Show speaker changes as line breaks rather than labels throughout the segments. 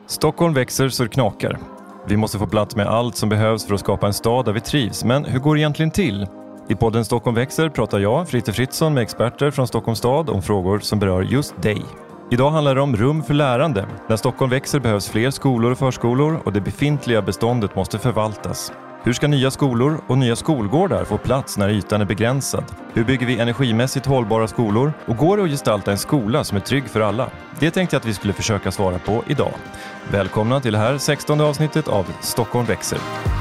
Stockholm växer så det knakar. Vi måste få plats med allt som behövs för att skapa en stad där vi trivs. Men hur går det egentligen till? I podden Stockholm växer pratar jag, Fritte Fritzson, med experter från Stockholms stad om frågor som berör just dig. Idag handlar det om rum för lärande. När Stockholm växer behövs fler skolor och förskolor och det befintliga beståndet måste förvaltas. Hur ska nya skolor och nya skolgårdar få plats när ytan är begränsad? Hur bygger vi energimässigt hållbara skolor? Och går det att gestalta en skola som är trygg för alla? Det tänkte jag att vi skulle försöka svara på idag. Välkomna till det här 16:e avsnittet av Stockholm växer.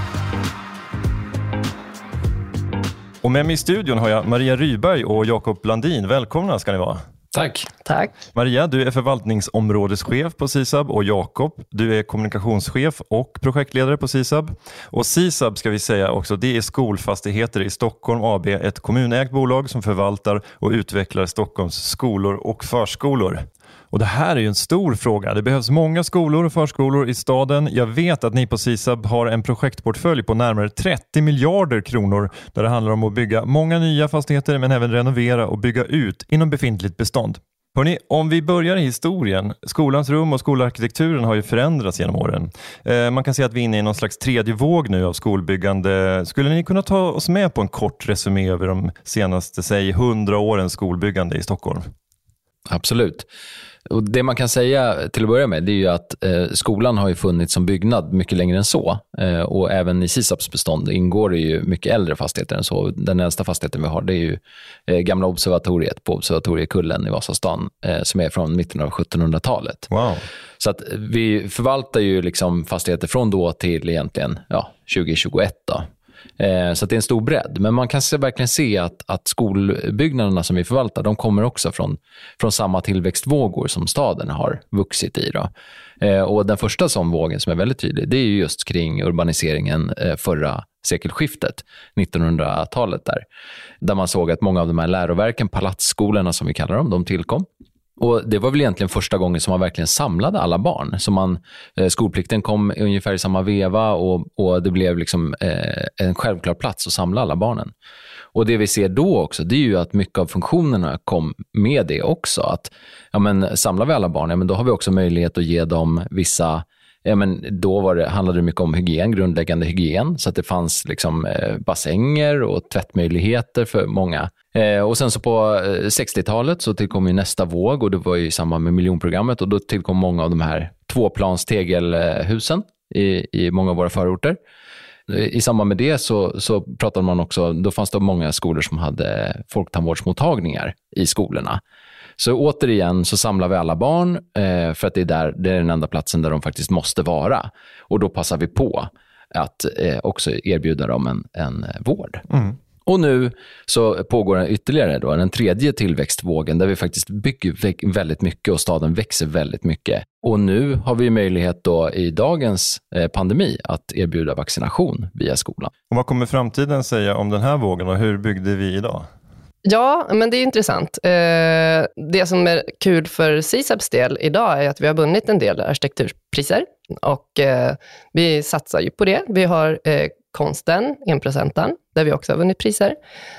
Och med mig i studion har jag Maria Ryberg och Jakob Blandin. Välkomna ska ni vara.
Tack.
Maria, du är förvaltningsområdeschef på SISAB och Jakob, du är kommunikationschef och projektledare på SISAB. Och SISAB ska vi säga också, det är Skolfastigheter i Stockholm AB, ett kommunägt bolag som förvaltar och utvecklar Stockholms skolor och förskolor. Och det här är ju en stor fråga. Det behövs många skolor och förskolor i staden. Jag vet att ni på SISAB har en projektportfölj på närmare 30 miljarder kronor där det handlar om att bygga många nya fastigheter men även renovera och bygga ut inom befintligt bestånd. Hörrni, om vi börjar i historien. Skolans rum och skolarkitekturen har ju förändrats genom åren. Man kan säga att vi är inne i någon slags tredje våg nu av skolbyggande. Skulle ni kunna ta oss med på en kort resumé över de senaste, säg 100 årens skolbyggande i Stockholm?
Absolut. Och det man kan säga till att börja med, det är ju att skolan har ju funnits som byggnad mycket längre än så. Och även i SISABs bestånd ingår det ju mycket äldre fastigheter än så. Den äldsta fastigheten vi har, det är ju gamla observatoriet på Observatoriekullen i Vasastan som är från mitten av 1700-talet.
Wow.
Så att vi förvaltar ju liksom fastigheter från då till egentligen 2021 då. Så att det är en stor bredd. Men man kan verkligen se att skolbyggnaderna som vi förvaltar, de kommer också från samma tillväxtvågor som staden har vuxit i. Då. Och den första som vågen som är väldigt tydlig, det är ju just kring urbaniseringen förra sekelskiftet, 1900-talet där man såg att många av de här läroverken, palatsskolorna som vi kallar dem, de tillkom. Och det var väl egentligen första gången som man verkligen samlade alla barn. Så skolplikten kom ungefär i samma veva och det blev liksom en självklar plats att samla alla barnen. Och det vi ser då också, det är ju att mycket av funktionerna kom med det också. Att samlar vi alla barn, men då har vi också möjlighet att ge dem vissa... Då handlade det mycket om hygien, grundläggande hygien, så att det fanns liksom bassänger och tvättmöjligheter för många. Och sen så på 60-talet så tillkom ju nästa våg, och det var ju i samband med miljonprogrammet, och då tillkom många av de här tvåplanstegelhusen i många av våra förorter. I samband med det så pratade man också, då fanns det många skolor som hade folktandvårdsmottagningar i skolorna. Så återigen så samlar vi alla barn för att det är den enda platsen där de faktiskt måste vara. Och då passar vi på att också erbjuda dem en vård. Mm. Och nu så pågår en ytterligare då, den tredje tillväxtvågen där vi faktiskt bygger väldigt mycket och staden växer väldigt mycket. Och nu har vi möjlighet då i dagens pandemi att erbjuda vaccination via skolan.
Och vad kommer framtiden säga om den här vågen och hur byggde vi idag?
Ja, men det är intressant. Det som är kul för SISABs del idag är att vi har vunnit en del arkitekturpriser och vi satsar ju på det. Vi har konsten, 1%, där vi också har vunnit priser.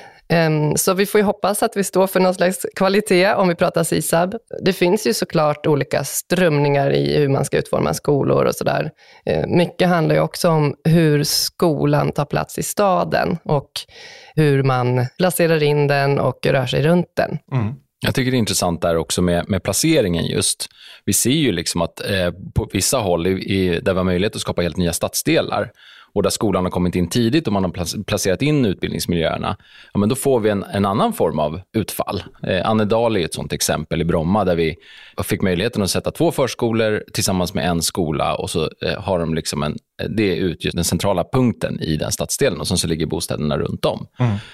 Så vi får ju hoppas att vi står för någon slags kvalitet om vi pratar SISAB. Det finns ju såklart olika strömningar i hur man ska utforma skolor och sådär. Mycket handlar ju också om hur skolan tar plats i staden och hur man placerar in den och rör sig runt den.
Mm. Jag tycker det är intressant där också med placeringen just. Vi ser ju liksom att på vissa håll där vi har möjlighet att skapa helt nya stadsdelar och där skolan har kommit in tidigt och man har placerat in utbildningsmiljöerna, men då får vi en annan form av utfall. Annedal är ett sånt exempel i Bromma där vi fick möjligheten att sätta 2 förskolor tillsammans med en skola och så har de liksom det utgör den centrala punkten i den stadsdelen och så ligger bostäderna runt om.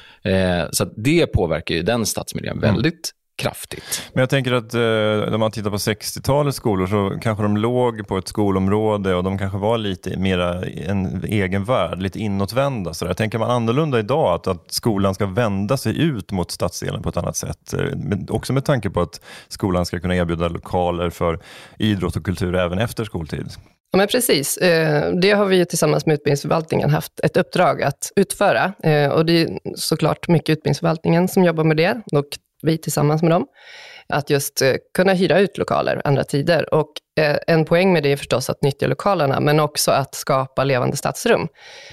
Så att det påverkar ju den stadsmiljön väldigt kraftigt.
Men jag tänker att när man tittar på 60-talets skolor så kanske de låg på ett skolområde och de kanske var lite mera en egen värld, lite inåtvända. Så där. Tänker man annorlunda idag att skolan ska vända sig ut mot stadsdelen på ett annat sätt? Men också med tanke på att skolan ska kunna erbjuda lokaler för idrott och kultur även efter skoltid.
Ja, men precis. Det har vi tillsammans med utbildningsförvaltningen haft ett uppdrag att utföra. Och det är såklart mycket utbildningsförvaltningen som jobbar med det och vi tillsammans med dem. att just kunna hyra ut lokaler andra tider. Och en poäng med det är förstås att nyttja lokalerna, men också att skapa levande stadsrum.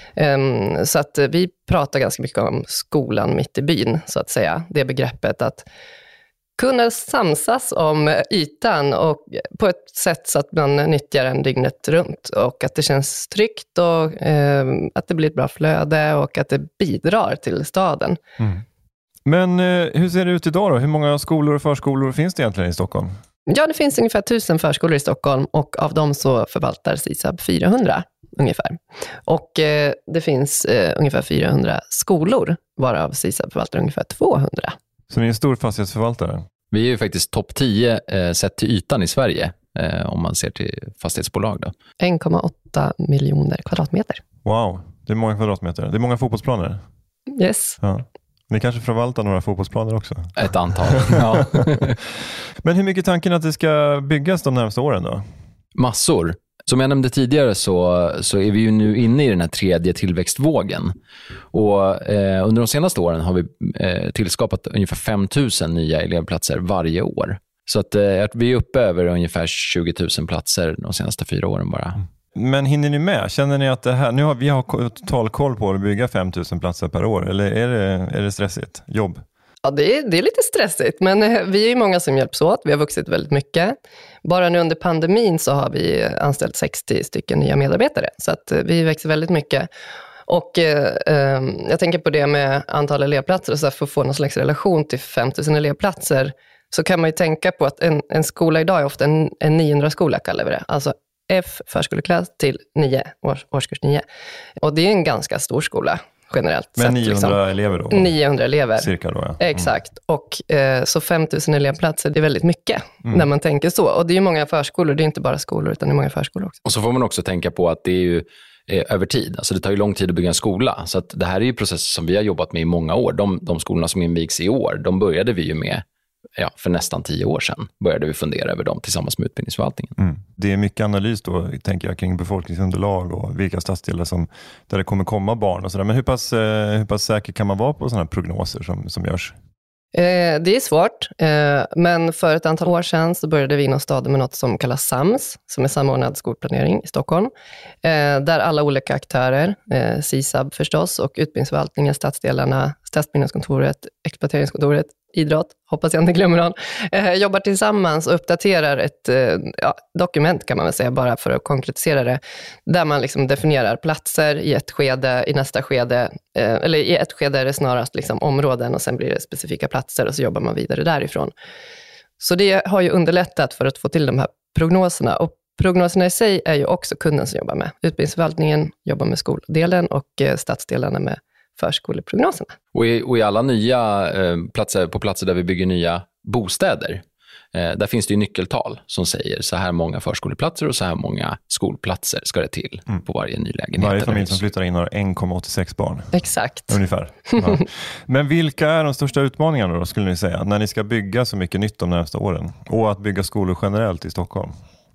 Så att vi pratar ganska mycket om skolan mitt i byn, så att säga. Det begreppet att kunna samsas om ytan och på ett sätt så att man nyttjar den dygnet runt och att det känns tryggt och att det blir ett bra flöde och att det bidrar till staden.
Mm. Men hur ser det ut idag då? Hur många skolor och förskolor finns det egentligen i Stockholm?
Ja, det finns ungefär 1000 förskolor i Stockholm och av dem så förvaltar SISAB 400 ungefär. Och det finns ungefär 400 skolor, varav SISAB förvaltar ungefär 200.
Så ni är en stor fastighetsförvaltare?
Vi är ju faktiskt topp 10 sett till ytan i Sverige, om man ser till fastighetsbolag då.
1,8 miljoner kvadratmeter.
Wow, det är många kvadratmeter. Det är många fotbollsplaner.
Yes.
Ja. Ni kanske förvaltar några fotbollsplaner också?
Ett antal, ja.
Men hur mycket tanken att det ska byggas de närmaste åren då?
Massor. Som jag nämnde tidigare så är vi ju nu inne i den här 3:e tillväxtvågen. Och under de senaste åren har vi tillskapat ungefär 5 000 nya elevplatser varje år. Så att vi är uppe över ungefär 20 000 platser de senaste 4 åren bara.
Men hinner ni med? Känner ni att det här, nu har vi total koll på att bygga 5 000 platser per år? Eller är det stressigt? Jobb?
Ja, det är lite stressigt, men vi är ju många som hjälps åt. Vi har vuxit väldigt mycket. Bara nu under pandemin så har vi anställt 60 stycken nya medarbetare. Så att vi växer väldigt mycket. Och jag tänker på det med antal elevplatser. Och så för att få någon slags relation till 5 000 elevplatser så kan man ju tänka på att en skola idag är ofta en 900-skola kallar vi det. Alltså F, förskoleklass till 9, årskurs 9. Och det är en ganska stor skola generellt.
Men 900 liksom. Elever då?
900 elever.
Cirka då, ja.
Exakt. Och så 5 000 elevplatser, det är väldigt mycket när man tänker så. Och det är ju många förskolor, det är inte bara skolor utan det är många förskolor också.
Och så får man också tänka på att det är ju över tid. Alltså det tar ju lång tid att bygga en skola. Så att det här är ju processer som vi har jobbat med i många år. De skolorna som invigs i år, de började vi ju med för nästan 10 år sedan. Började vi fundera över dem tillsammans med utbildningsförvaltningen. Det
är mycket analys då, tänker jag, kring befolkningsunderlag och vilka stadsdelar där det kommer komma barn och sådär. Men hur pass säker kan man vara på sådana här prognoser som görs?
Det är svårt, men för ett antal år sedan så började vi inom staden med något som kallas SAMS, som är samordnad skolplanering i Stockholm, där alla olika aktörer, SISAB förstås och utbildningsförvaltningen, stadsdelarna, stadsbyggnadskontoret, exploateringskontoret, idrott, hoppas jag inte glömmer någon, jobbar tillsammans och uppdaterar ett dokument kan man väl säga, bara för att konkretisera det, där man liksom definierar platser i ett skede, i nästa skede, eller i ett skede är det snarast liksom områden och sen blir det specifika platser och så jobbar man vidare därifrån. Så det har ju underlättat för att få till de här prognoserna, och prognoserna i sig är ju också kunden som jobbar med. Utbildningsförvaltningen jobbar med skoldelen och stadsdelarna med förskoleprognoserna.
Och i alla nya platser där vi bygger nya bostäder, där finns det ju nyckeltal som säger så här många förskoleplatser och så här många skolplatser ska det till på varje ny lägenhet.
Varje familj som flyttar in har 1,86 barn.
Exakt.
Ungefär. Ja. Men vilka är de största utmaningarna då, skulle ni säga, när ni ska bygga så mycket nytt de närmaste åren? Och att bygga skolor generellt i Stockholm?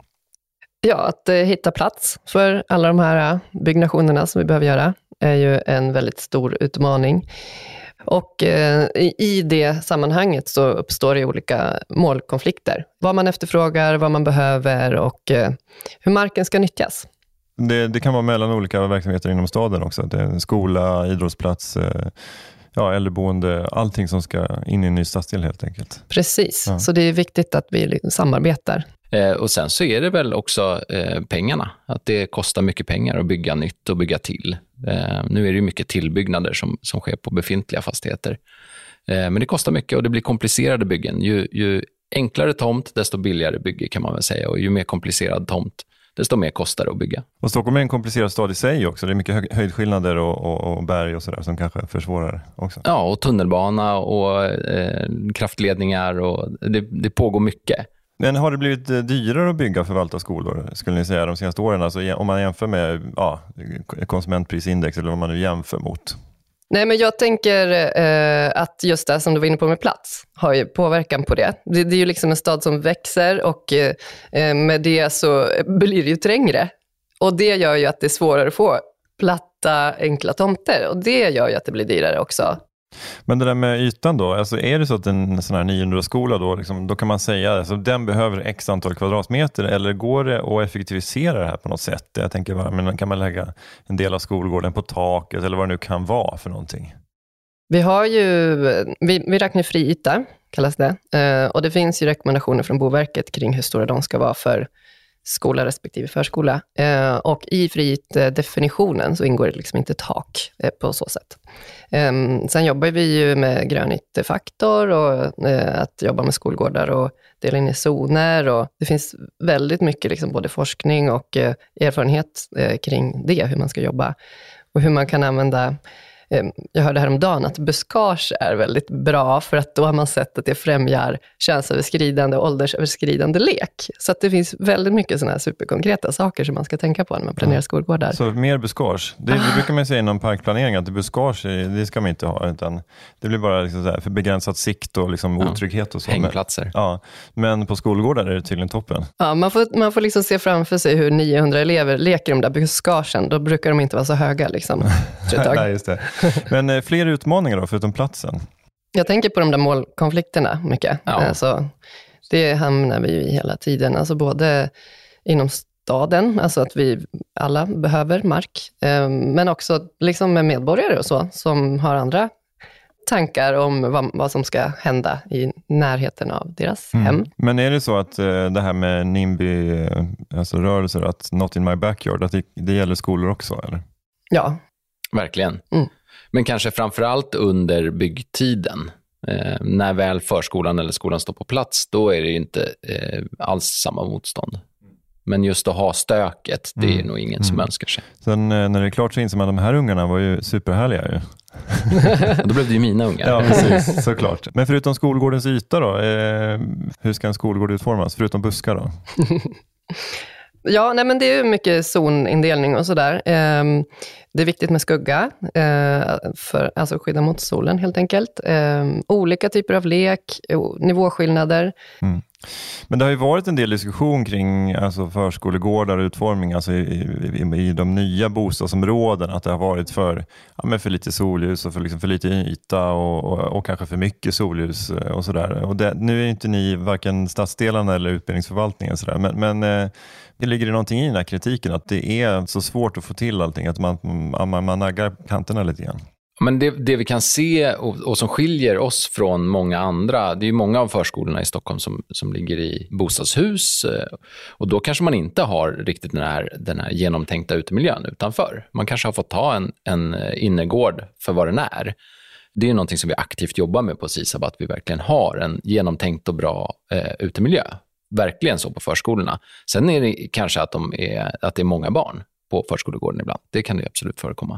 Ja,
att hitta plats för alla de här byggnationerna som vi behöver göra är ju en väldigt stor utmaning. Och i det sammanhanget så uppstår det olika målkonflikter. Vad man efterfrågar, vad man behöver och hur marken ska nyttjas.
Det kan vara mellan olika verksamheter inom staden också. Det är en skola, idrottsplats, äldreboende, allting som ska in i en ny stadsdel helt enkelt.
Precis, så det är viktigt att vi samarbetar.
Och sen så är det väl också pengarna. Att det kostar mycket pengar att bygga nytt och bygga till. Nu är det ju mycket tillbyggnader som sker på befintliga fastigheter. Men det kostar mycket och det blir komplicerade byggen. Ju enklare tomt, desto billigare bygge kan man väl säga. Och ju mer komplicerad tomt, desto mer kostar det att bygga. Och
Stockholm är en komplicerad stad i sig också. Det är mycket höjdskillnader och berg och sådär som kanske försvårar också.
Ja, och tunnelbana och kraftledningar och det pågår mycket.
Men har det blivit dyrare att bygga och förvalta skolor, skulle ni säga, de senaste åren? Alltså om man jämför med konsumentprisindex eller vad man nu jämför mot?
Nej, men jag tänker att just det som du var inne på med plats har ju påverkan på det. Det är ju liksom en stad som växer och med det så blir det ju trängre. Och det gör ju att det är svårare att få platta, enkla tomter. Och det gör ju att det blir dyrare också.
Men det där med ytan då, alltså är det så att en sån här 900-skola då, liksom, då kan man säga alltså, den behöver x antal kvadratmeter, eller går det att effektivisera det här på något sätt? Jag tänker bara, men kan man lägga en del av skolgården på taket eller vad det nu kan vara för någonting?
Vi har ju, vi räknar fri yta, kallas det. Och det finns ju rekommendationer från Boverket kring hur stora de ska vara för skola respektive förskola. Och i frihet-definitionen så ingår det liksom inte tak på så sätt. Sen jobbar vi ju med grönyttefaktor och att jobba med skolgårdar och dela in i zoner. Och det finns väldigt mycket liksom både forskning och erfarenhet kring det, hur man ska jobba och hur man kan använda. Jag hörde häromdagen att buskage är väldigt bra för att då har man sett att det främjar könsöverskridande och åldersöverskridande lek. Så att det finns väldigt mycket sådana här superkonkreta saker som man ska tänka på när man planerar skolgårdar.
Så mer buskage. Det brukar man säga inom parkplanering att buskage, det ska man inte ha, utan det blir bara liksom så här för begränsat sikt och liksom otrygghet och så.
Hängplatser.
Men på skolgårdar är det tydligen toppen.
Ja, man får liksom se framför sig hur 900 elever leker de där buskagen. Då brukar de inte vara så höga liksom.
Nej, just det. Men fler utmaningar då, förutom platsen?
Jag tänker på de där målkonflikterna mycket.
Ja.
Alltså, det hamnar vi i hela tiden. Alltså både inom staden, alltså att vi alla behöver mark. Men också liksom med medborgare och så, som har andra tankar om vad som ska hända i närheten av deras hem.
Men är det så att det här med NIMBY, alltså rörelser, att not in my backyard, att det gäller skolor också, eller?
Ja.
Verkligen. Men kanske framförallt under byggtiden. När väl förskolan eller skolan står på plats, då är det inte alls samma motstånd. Men just att ha stöket, det är nog ingen som önskar sig.
Sen när det är klart så inser man att de här ungarna var ju superhärliga ju.
Då blev det ju mina ungar.
Ja, precis, såklart. Men förutom skolgårdens yta då, hur ska en skolgård utformas? Förutom buskar då?
Ja, nej, men det är ju mycket zonindelning och sådär. Det är viktigt med skugga, för alltså skydda mot solen helt enkelt. Olika typer av lek, nivåskillnader.
Men det har ju varit en del diskussion kring alltså förskolegårdar och utformning alltså i de nya bostadsområden, att det har varit för lite solljus och för lite yta och kanske för mycket solljus och sådär. Och nu är inte ni varken stadsdelarna eller utbildningsförvaltningen sådär, men det ligger någonting i den här kritiken att det är så svårt att få till allting, att man naggar kanterna lite grann.
Men det vi kan se och som skiljer oss från många andra, det är ju många av förskolorna i Stockholm som ligger i bostadshus, och då kanske man inte har riktigt den här genomtänkta utemiljön utanför. Man kanske har fått ta en innergård för vad den är. Det är ju någonting som vi aktivt jobbar med på SISAB, att vi verkligen har en genomtänkt och bra utemiljö. Verkligen så på förskolorna. Sen är det kanske att det är många barn på förskolegården ibland. Det kan det absolut förekomma.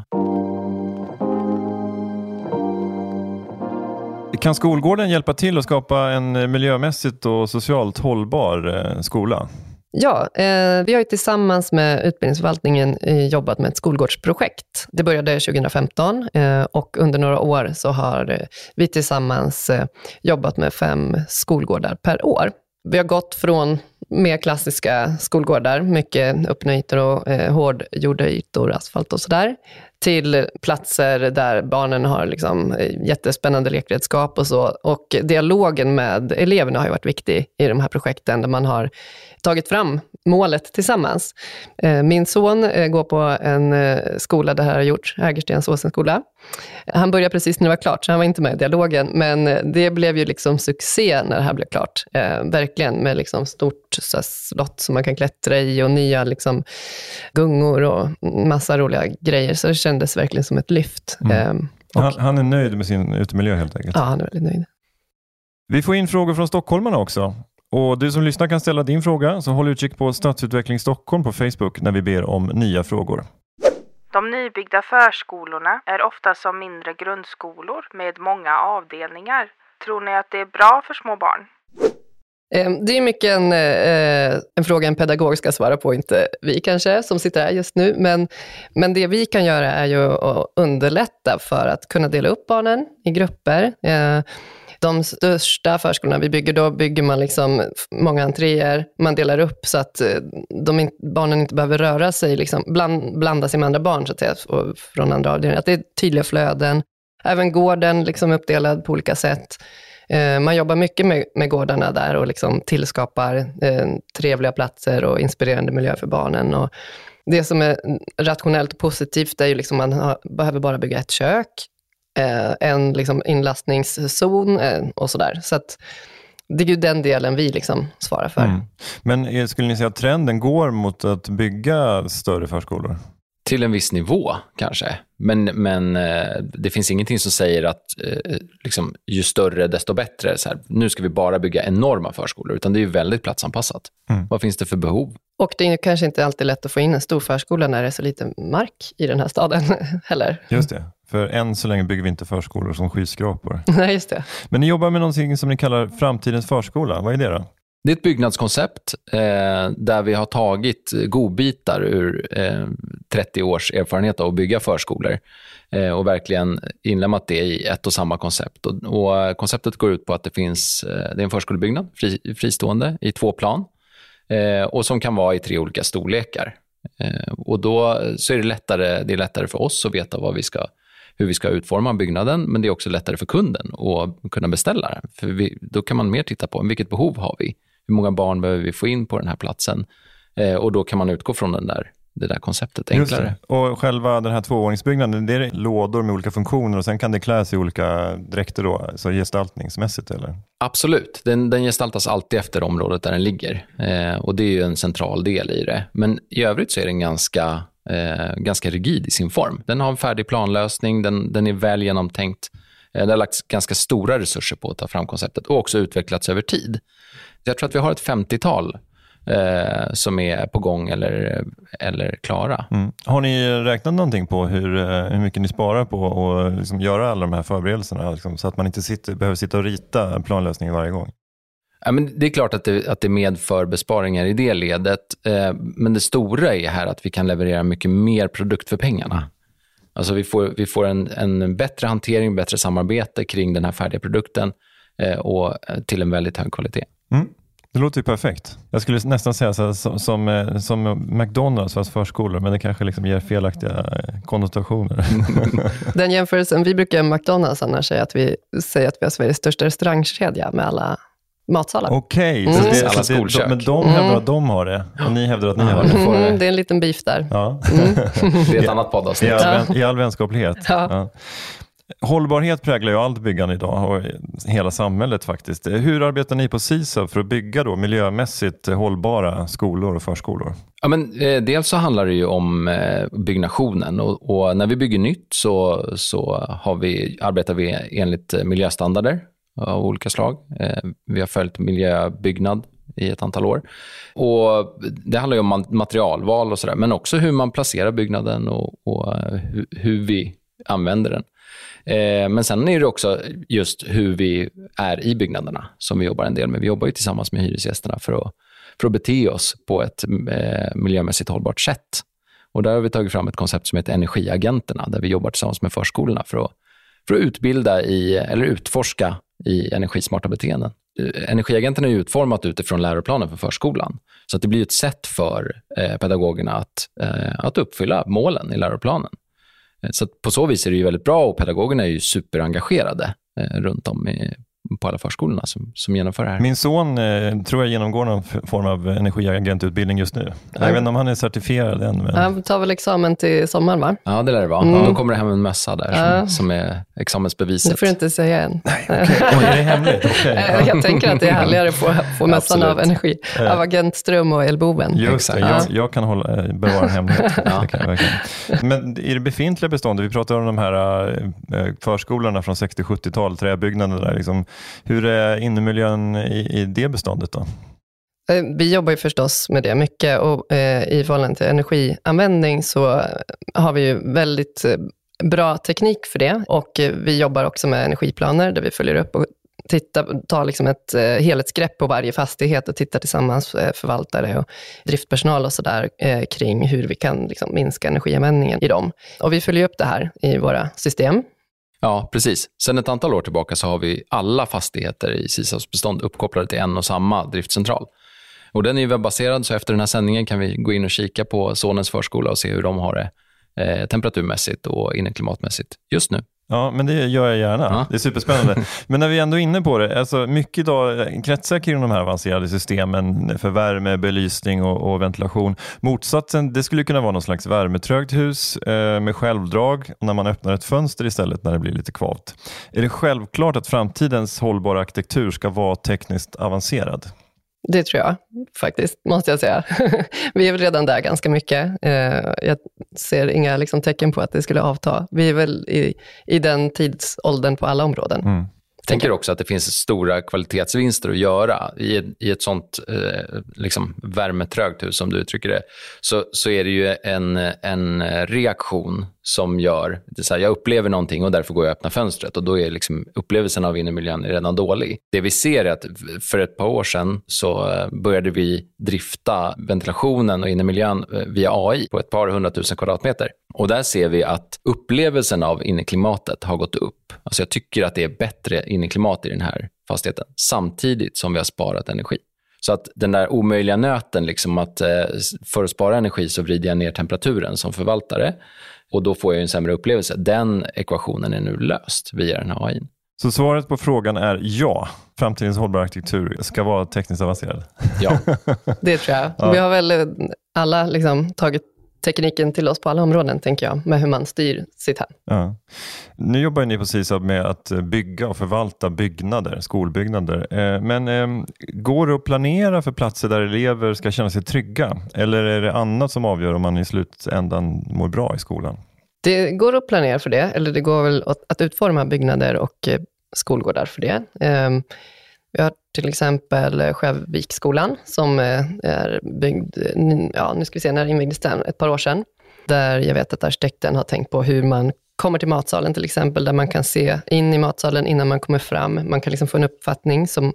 Kan skolgården hjälpa till att skapa en miljömässigt och socialt hållbar skola?
Ja, vi har ju tillsammans med utbildningsförvaltningen jobbat med ett skolgårdsprojekt. Det började 2015 och under några år så har vi tillsammans jobbat med 5 skolgårdar per år. Vi har gått från mer klassiska skolgårdar, mycket öppna ytor och hårdgjorda ytor, asfalt och sådär, till platser där barnen har liksom jättespännande lekredskap och så. Och dialogen med eleverna har ju varit viktig i de här projekten där man har tagit fram målet tillsammans. Min son går på en skola där det här har gjorts, Hägerstensåsens skola. Han började precis när det var klart, så han var inte med i dialogen. Men det blev ju liksom succé när det här blev klart. Verkligen med liksom stort slott som man kan klättra i och nya liksom gungor och massa roliga grejer. Så det kändes verkligen som ett lyft.
Han är nöjd med sin utemiljö helt enkelt.
Ja, han är väldigt nöjd.
Vi får in frågor från stockholmarna också. Och du som lyssnar kan ställa din fråga, så håll utkik på Stadsutveckling Stockholm på Facebook när vi ber om nya frågor.
De nybyggda förskolorna är ofta som mindre grundskolor med många avdelningar. Tror ni att det är bra för små barn?
Det är mycket en fråga en pedagog ska svara på, inte vi kanske som sitter här just nu. Men det vi kan göra är ju att underlätta för att kunna dela upp barnen i grupper. De största förskolorna vi bygger, då bygger man liksom många entréer. Man delar upp så att barnen inte behöver röra sig, liksom, blanda sig med andra barn så att säga, från andra avdelningar. Att det är tydliga flöden. Även gården liksom uppdelad på olika sätt. Man jobbar mycket med gårdarna där och liksom tillskapar trevliga platser och inspirerande miljö för barnen. Och det som är rationellt och positivt är ju liksom man behöver bara bygga ett kök, en liksom inlastningszon och sådär. Så att det är ju den delen vi liksom svarar för.
Men skulle ni säga att trenden går mot att bygga större förskolor?
Till en viss nivå kanske. Men det finns ingenting som säger att liksom, ju större desto bättre. Så här, nu ska vi bara bygga enorma förskolor. Utan det är ju väldigt platsanpassat. Vad finns det för behov?
Och det är ju kanske inte alltid lätt att få in en stor förskola när det är så lite mark i den här staden heller.
Just det. För än så länge bygger vi inte förskolor som skyskrapor.
Nej, just det.
Men ni jobbar med någonting som ni kallar framtidens förskola. Vad är det då?
Det är ett byggnadskoncept där vi har tagit godbitar ur 30 års erfarenhet av att bygga förskolor och verkligen inlämnat det i ett och samma koncept. Och konceptet går ut på att det är en förskolebyggnad, fristående, i 2 plan och som kan vara i 3 olika storlekar. Och då så är det lättare för oss att veta hur vi ska utforma byggnaden, men det är också lättare för kunden att kunna beställa den. För då kan man mer titta på vilket behov har vi? Hur många barn behöver vi få in på den här platsen? Och då kan man utgå från det där konceptet enklare.
Och själva den här 2-våningsbyggnaden, det är lådor med olika funktioner och sen kan det kläs i olika dräkter då, så gestaltningsmässigt eller?
Absolut, den gestaltas alltid efter området där den ligger. Och det är ju en central del i det. Men i övrigt så är den ganska rigid i sin form. Den har en färdig planlösning, den är väl genomtänkt. Det har lagts ganska stora resurser på att ta fram konceptet och också utvecklats över tid. Jag tror att vi har ett 50-tal som är på gång eller klara.
Har ni räknat någonting på hur mycket ni sparar på att liksom göra alla de här förberedelserna liksom, så att man inte behöver sitta och rita planlösningen varje gång?
Ja, men det är klart att det medför besparingar i det ledet. Men det stora är här att vi kan leverera mycket mer produkt för pengarna. Alltså vi får en bättre hantering, bättre samarbete kring den här färdiga produkten och till en väldigt hög kvalitet.
Det låter ju perfekt. Jag skulle nästan säga så här, som McDonalds fast förskolor, men det kanske liksom ger felaktiga konnotationer.
Den jämförelsen vi brukar med McDonalds annars är att vi säger att vi har Sveriges största restaurangkedja med alla matsalar.
Okej,
alla skolkök.
Men de hävdar att de har det och ni hävdar att ni har det.
Det är en liten beef där.
Ja.
Det är ett annat poddavsnitt.
I all vänskaplighet.
Ja.
Hållbarhet präglar ju allt byggande idag och hela samhället faktiskt. Hur arbetar ni på SISAB för att bygga då miljömässigt hållbara skolor och förskolor?
Ja, men dels så handlar det ju om byggnationen och när vi bygger nytt så arbetar vi enligt miljöstandarder av olika slag. Vi har följt miljöbyggnad i ett antal år. Och det handlar ju om materialval och sådär, men också hur man placerar byggnaden och hur vi använder den. Men sen är det också just hur vi är i byggnaderna som vi jobbar en del med. Vi jobbar ju tillsammans med hyresgästerna för att bete oss på ett miljömässigt hållbart sätt. Och där har vi tagit fram ett koncept som heter Energiagenterna, där vi jobbar tillsammans med förskolorna för att utbilda eller utforska i energismarta beteenden. Energiagenterna är utformat utifrån läroplanen för förskolan. Så att det blir ett sätt för pedagogerna att uppfylla målen i läroplanen. Så på så vis är det ju väldigt bra och pedagogerna är ju superengagerade runt om på alla förskolorna som genomför det här.
Min son tror jag genomgår någon form av energiagentutbildning just nu. Jag vet inte om han är certifierad än. Men...
Han tar väl examen till sommaren, va?
Ja, det lär det vara. Då kommer det hem en mössa där som är examensbeviset.
Det får du inte säga än.
Nej, okej. Oj, är det hemligt? Okay.
Jag tänker att det är härligare att få mössan av energi. Av agentström och elboven.
Just det, jag kan bevara en hemlighet. Det kan jag verkligen. Men i det befintliga beståndet, vi pratar om de här förskolorna från 60-70-tal, träbyggnaderna där liksom. Hur är innemiljön i det beståndet då?
Vi jobbar ju förstås med det mycket och i förhållande till energianvändning så har vi ju väldigt bra teknik för det och vi jobbar också med energiplaner där vi följer upp och tar liksom ett helhetsgrepp på varje fastighet och tittar tillsammans förvaltare och driftpersonal och sådär kring hur vi kan liksom minska energianvändningen i dem. Och vi följer upp det här i våra system.
Ja, precis. Sen ett antal år tillbaka så har vi alla fastigheter i SISABs bestånd uppkopplade till en och samma driftcentral. Och den är ju webbaserad, så efter den här sändningen kan vi gå in och kika på sonens förskola och se hur de har det temperaturmässigt och inneklimatmässigt just nu.
Ja, men det gör jag gärna. Ja. Det är superspännande. Men när vi ändå är inne på det, alltså mycket idag kretsar kring de här avancerade systemen för värme, belysning och ventilation. Motsatsen, det skulle kunna vara någon slags värmetrögt hus med självdrag när man öppnar ett fönster istället när det blir lite kvavt. Är det självklart att framtidens hållbara arkitektur ska vara tekniskt avancerad?
Det tror jag faktiskt, måste jag säga. Vi är väl redan där ganska mycket. Jag ser inga liksom tecken på att det skulle avta. Vi är väl i den tidsåldern på alla områden.
Jag tänker också att det finns stora kvalitetsvinster att göra i ett sånt liksom värmetrögt hus som du uttrycker det. Så är det ju en reaktion som gör, det är så här, jag upplever någonting och därför går jag och öppnar fönstret och då är liksom upplevelsen av innermiljön redan dålig. Det vi ser är att för ett par år sedan så började vi drifta ventilationen och innermiljön via AI på ett par 100 000 kvadratmeter. Och där ser vi att upplevelsen av innerklimatet har gått upp. Alltså jag tycker att det är bättre innerklimat i den här fastigheten samtidigt som vi har sparat energi. Så att den där omöjliga nöten, liksom att för att spara energi så vrider jag ner temperaturen som förvaltare och då får jag en sämre upplevelse. Den ekvationen är nu löst via den här AI.
Så svaret på frågan är ja. Framtidens hållbara arkitektur ska vara tekniskt avancerad.
Ja.
Det tror jag. Ja. Vi har väl alla liksom tagit tekniken till oss på alla områden, tänker jag, med hur man styr sitt hem.
Ja. Nu jobbar ni på SISAB med att bygga och förvalta byggnader, skolbyggnader. Men går det att planera för platser där elever ska känna sig trygga? Eller är det annat som avgör om man i slutändan mår bra i skolan?
Det går att planera för det, eller det går väl att utforma byggnader och skolgårdar för det. Vi har till exempel Sjöviksskolan som är byggd, nu ska vi se, när invigdes den? Ett par år sedan. Där jag vet att arkitekten har tänkt på hur man kommer till matsalen till exempel, där man kan se in i matsalen innan man kommer fram. Man kan liksom få en uppfattning som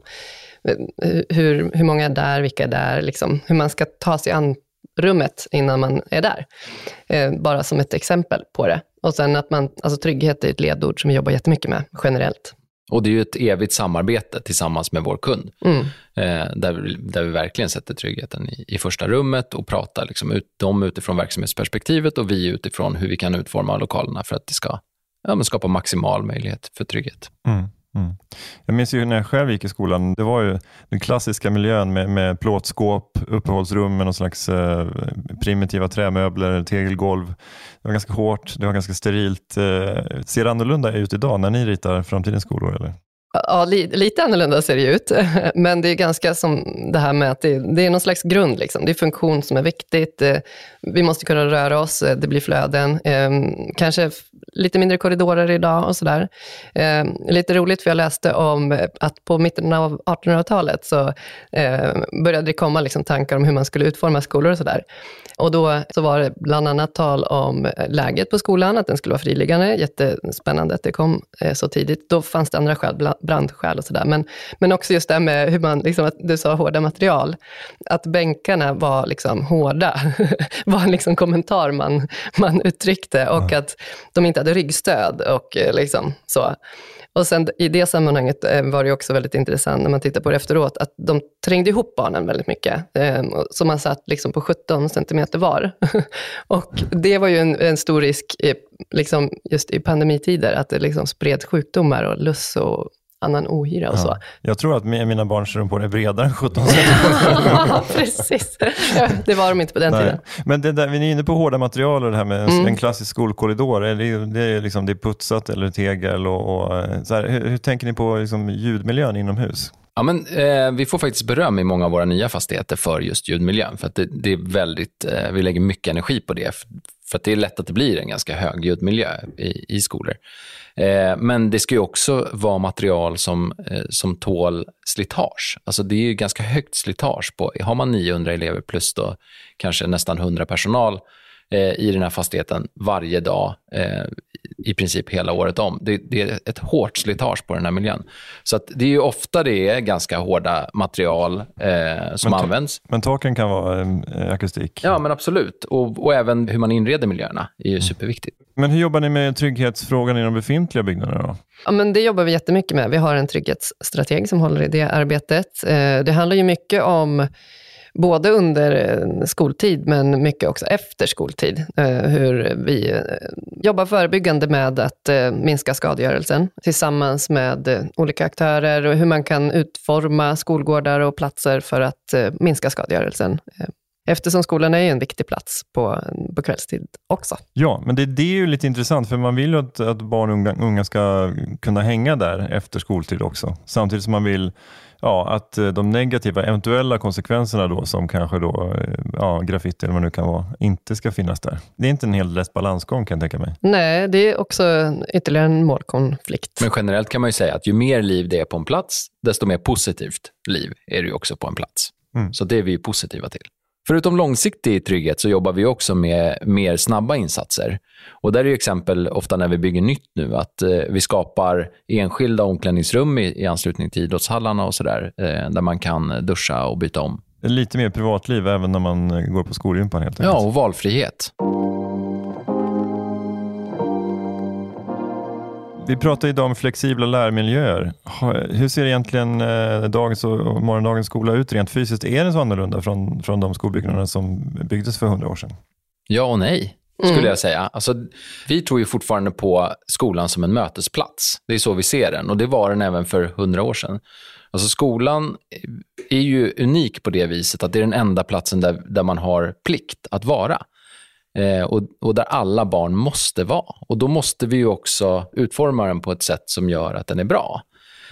hur många är där, vilka är där, liksom, hur man ska ta sig an rummet innan man är där. Bara som ett exempel på det. Och sen att trygghet är ett ledord som vi jobbar jättemycket med generellt.
Och det är ju ett evigt samarbete tillsammans med vår kund. Där vi verkligen sätter tryggheten i första rummet och pratar liksom de utifrån verksamhetsperspektivet och vi utifrån hur vi kan utforma lokalerna för att det ska skapa maximal möjlighet för trygghet.
Jag minns ju när jag själv gick i skolan, det var ju den klassiska miljön med plåtskåp, uppehållsrum med någon slags primitiva trämöbler, tegelgolv. Det var ganska hårt, det var ganska sterilt. Ser det annorlunda ut idag när ni ritar framtidens skolor, eller?
Ja, lite annorlunda ser det ut, men det är ganska som det här med att det är någon slags grund. Liksom. Det är funktion som är viktigt. Vi måste kunna röra oss, det blir flöden. Kanske lite mindre korridorer idag och sådär. Lite roligt, för jag läste om att på mitten av 1800-talet så började det komma liksom tankar om hur man skulle utforma skolor och sådär. Och då så var det bland annat tal om läget på skolan, att den skulle vara friliggande. Jättespännande att det kom så tidigt. Då fanns det andra skäl, brandskäl och sådär. Men också just det med hur man, liksom, att du sa hårda material. Att bänkarna var liksom hårda var en liksom kommentar man uttryckte. Och att de inte hade ryggstöd och liksom så. Och sen i det sammanhanget var det också väldigt intressant när man tittar på det efteråt, att de trängde ihop barnen väldigt mycket. Så man satt liksom på 17 centimeter var. Och det var ju en stor risk liksom just i pandemitider, att det liksom spred sjukdomar och luss och annan ohyra och så.
Jag tror att mina barns rumpor är bredare än 17 centimeter.
Ja, precis. Det var de inte på den tiden.
Men det där, vi är inne på hårda material och det här med en klassisk skolkorridor. Det är putsat eller tegel och så här. Hur tänker ni på liksom ljudmiljön inomhus?
Ja, men vi får faktiskt beröm i många av våra nya fastigheter för just ljudmiljön. För att det är väldigt, vi lägger mycket energi på det. För att det är lätt att det blir en ganska hög ljudmiljö i skolor. Men det ska ju också vara material som tål slitage. Alltså det är ju ganska högt slitage på. Har man 900 elever plus då kanske nästan 100 personal i den här fastigheten varje dag, i princip hela året om. Det är ett hårt slitage på den här miljön. Så att det är ju ofta det är ganska hårda material som används.
Men taken kan vara akustik?
Ja, men absolut. Och även hur man inreder miljöerna är ju superviktigt.
Men hur jobbar ni med trygghetsfrågan i de befintliga byggnaderna då?
Ja, men det jobbar vi jättemycket med. Vi har en trygghetsstrateg som håller i det arbetet. Det handlar ju mycket om både under skoltid men mycket också efter skoltid. Hur vi jobbar förebyggande med att minska skadegörelsen tillsammans med olika aktörer och hur man kan utforma skolgårdar och platser för att minska skadegörelsen. Eftersom skolan är en viktig plats på kvällstid också.
Ja, men det är ju lite intressant för man vill ju att barn och unga ska kunna hänga där efter skoltid också. Samtidigt som man vill att de negativa eventuella konsekvenserna då som kanske då graffiti eller vad det nu kan vara inte ska finnas där. Det är inte en helt lätt balansgång kan jag tänka mig.
Nej, det är också ytterligare en målkonflikt.
Men generellt kan man ju säga att ju mer liv det är på en plats, desto mer positivt liv är det ju också på en plats. Så det är vi ju positiva till. Förutom långsiktig trygghet så jobbar vi också med mer snabba insatser. Och där är ju exempel ofta när vi bygger nytt nu att vi skapar enskilda omklädningsrum i anslutning till idrottshallarna och sådär. Där man kan duscha och byta om.
Lite mer privatliv även när man går på skolgympan helt enkelt.
Ja, och valfrihet.
Vi pratar idag om flexibla lärmiljöer. Hur ser egentligen dagens och morgondagens skola ut rent fysiskt? Är det så annorlunda från de skolbyggnaderna som byggdes för 100 år sedan?
Ja och nej, skulle jag säga. Alltså, vi tror ju fortfarande på skolan som en mötesplats. Det är så vi ser den och det var den även för 100 år sedan. Alltså skolan är ju unik på det viset att det är den enda platsen där man har plikt att vara. Och där alla barn måste vara. Och då måste vi ju också utforma den på ett sätt som gör att den är bra.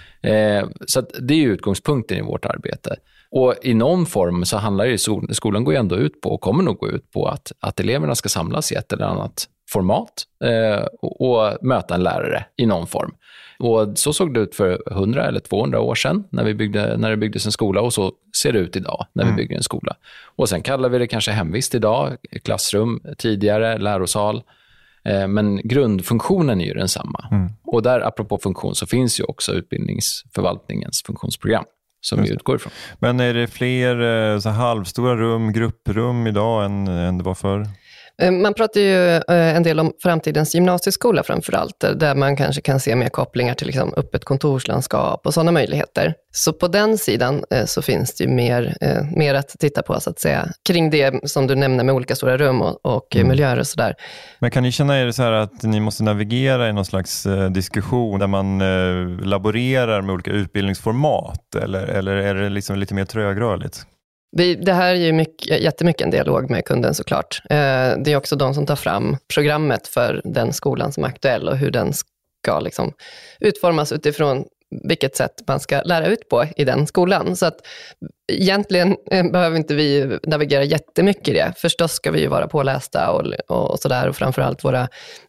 Så att det är ju utgångspunkten i vårt arbete. Och i någon form så handlar ju skolan går ju ändå ut på och kommer nog gå ut på att eleverna ska samlas i ett eller annat format och möta en lärare i någon form. Och så såg det ut för 100 eller 200 år sedan när det byggdes en skola och så ser det ut idag när vi bygger en skola. Och sen kallar vi det kanske hemvist idag, klassrum tidigare, lärosal. Men grundfunktionen är ju densamma. Och där apropå funktion så finns ju också utbildningsförvaltningens funktionsprogram som vi utgår ifrån.
Men är det fler så halvstora rum, grupprum idag än det var förr?
Man pratar ju en del om framtidens gymnasieskola framförallt, där man kanske kan se mer kopplingar till liksom öppet kontorslandskap och sådana möjligheter. Så på den sidan så finns det ju mer att titta på så att säga, kring det som du nämner med olika stora rum och miljöer och sådär.
Men kan ni känna er så här att ni måste navigera i någon slags diskussion där man laborerar med olika utbildningsformat eller är det liksom lite mer trögrörligt?
Det här är ju jättemycket en dialog med kunden såklart. Det är också de som tar fram programmet för den skolan som är aktuell och hur den ska liksom utformas utifrån vilket sätt man ska lära ut på i den skolan. Så att egentligen behöver inte vi navigera jättemycket i det. Förstås ska vi ju vara pålästa och sådär och framförallt våra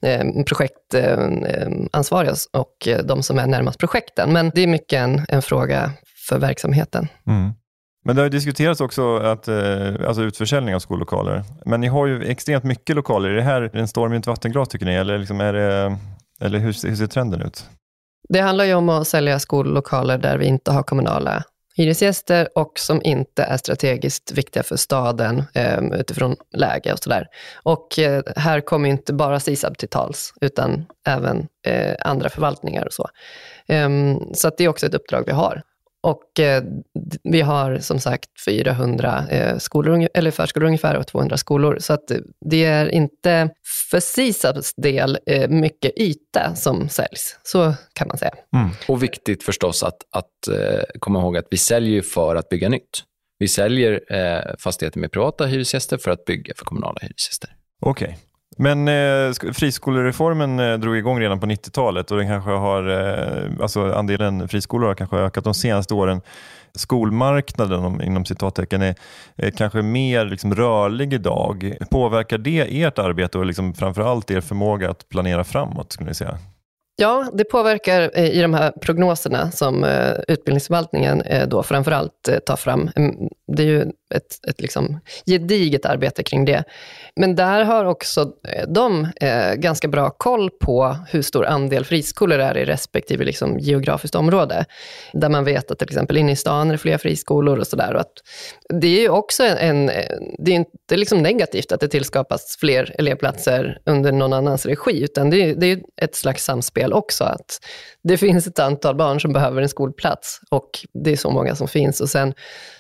projektansvariga och de som är närmast projekten. Men det är mycket en fråga för verksamheten.
Men det har ju diskuterats också att alltså utförsäljning av skollokaler. Men ni har ju extremt mycket lokaler. Är det här en storm i ett vattenglas tycker ni? Eller, liksom eller hur ser trenden ut?
Det handlar ju om att sälja skollokaler där vi inte har kommunala hyresgäster och som inte är strategiskt viktiga för staden utifrån läge och sådär. Och här kommer inte bara SISAB till tals utan även andra förvaltningar och så. Så att det är också ett uppdrag vi har. Och vi har som sagt 400 skolor, eller förskolor ungefär och 200 skolor. Så att det är inte för SISABs del mycket yta som säljs. Så kan man säga.
Och viktigt förstås att komma ihåg att vi säljer för att bygga nytt. Vi säljer fastigheter med privata hyresgäster för att bygga för kommunala hyresgäster.
Okej. Men friskolereformen drog igång redan på 90-talet och den kanske har, alltså andelen friskolor har kanske ökat de senaste åren. Skolmarknaden inom citattecken är kanske mer liksom rörlig idag. Påverkar det ert arbete och liksom framförallt er förmåga att planera framåt skulle ni säga?
Ja, det påverkar i de här prognoserna som utbildningsförvaltningen då framförallt tar fram. Det är ju ett liksom gediget arbete kring det. Men där har också de ganska bra koll på hur stor andel friskolor är i respektive liksom geografiskt område. Där man vet att till exempel inne i stan är det fler friskolor och sådär. Och att det är ju också det är inte liksom negativt att det tillskapas fler elevplatser under någon annans regi, utan det är ett slags samspel också. Att det finns ett antal barn som behöver en skolplats och det är så många som finns. Och sen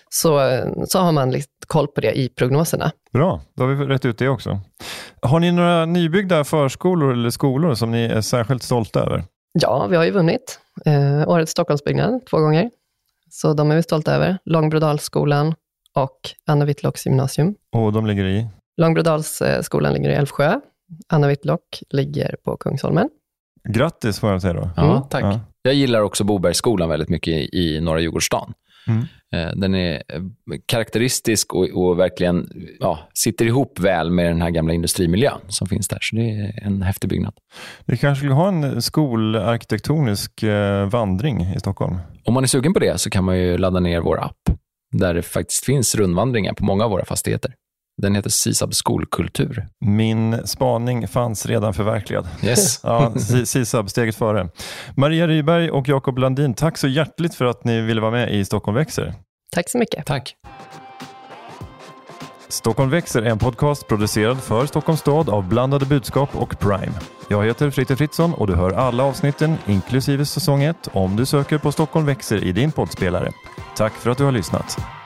så har man lite koll på det i prognoserna.
Bra, då har vi rätt ut det också. Har ni några nybyggda förskolor eller skolor som ni är särskilt stolta över?
Ja, vi har ju vunnit årets Stockholmsbyggnad 2 gånger. Så de är vi stolta över. Långbrodalsskolan och Anna Whitlocks gymnasium.
Och de ligger i?
Långbrodalsskolan ligger i Älvsjö. Anna Whitlock ligger på Kungsholmen.
Grattis får jag säga då.
Ja, tack. Ja. Jag gillar också Bobergsskolan väldigt mycket i norra Djurgårdsstaden. Den är karaktäristisk och verkligen sitter ihop väl med den här gamla industrimiljön som finns där. Så det är en häftig byggnad.
Vi kanske skulle ha en skolarkitektonisk vandring i Stockholm.
Om man är sugen på det så kan man ju ladda ner vår app där det faktiskt finns rundvandringar på många av våra fastigheter. Den heter SISAB skolkultur.
Min spaning fanns redan förverkligad.
Yes.
Ja, SISAB steget före. Maria Ryberg och Jakob Landin, tack så hjärtligt för att ni ville vara med i Stockholm växer.
Tack så mycket.
Tack.
Stockholm växer är en podcast producerad för Stockholms stad av Blandade budskap och Prime. Jag heter Fritte Fritzson och du hör alla avsnitten, inklusive säsong 1, om du söker på Stockholm växer i din poddspelare. Tack för att du har lyssnat.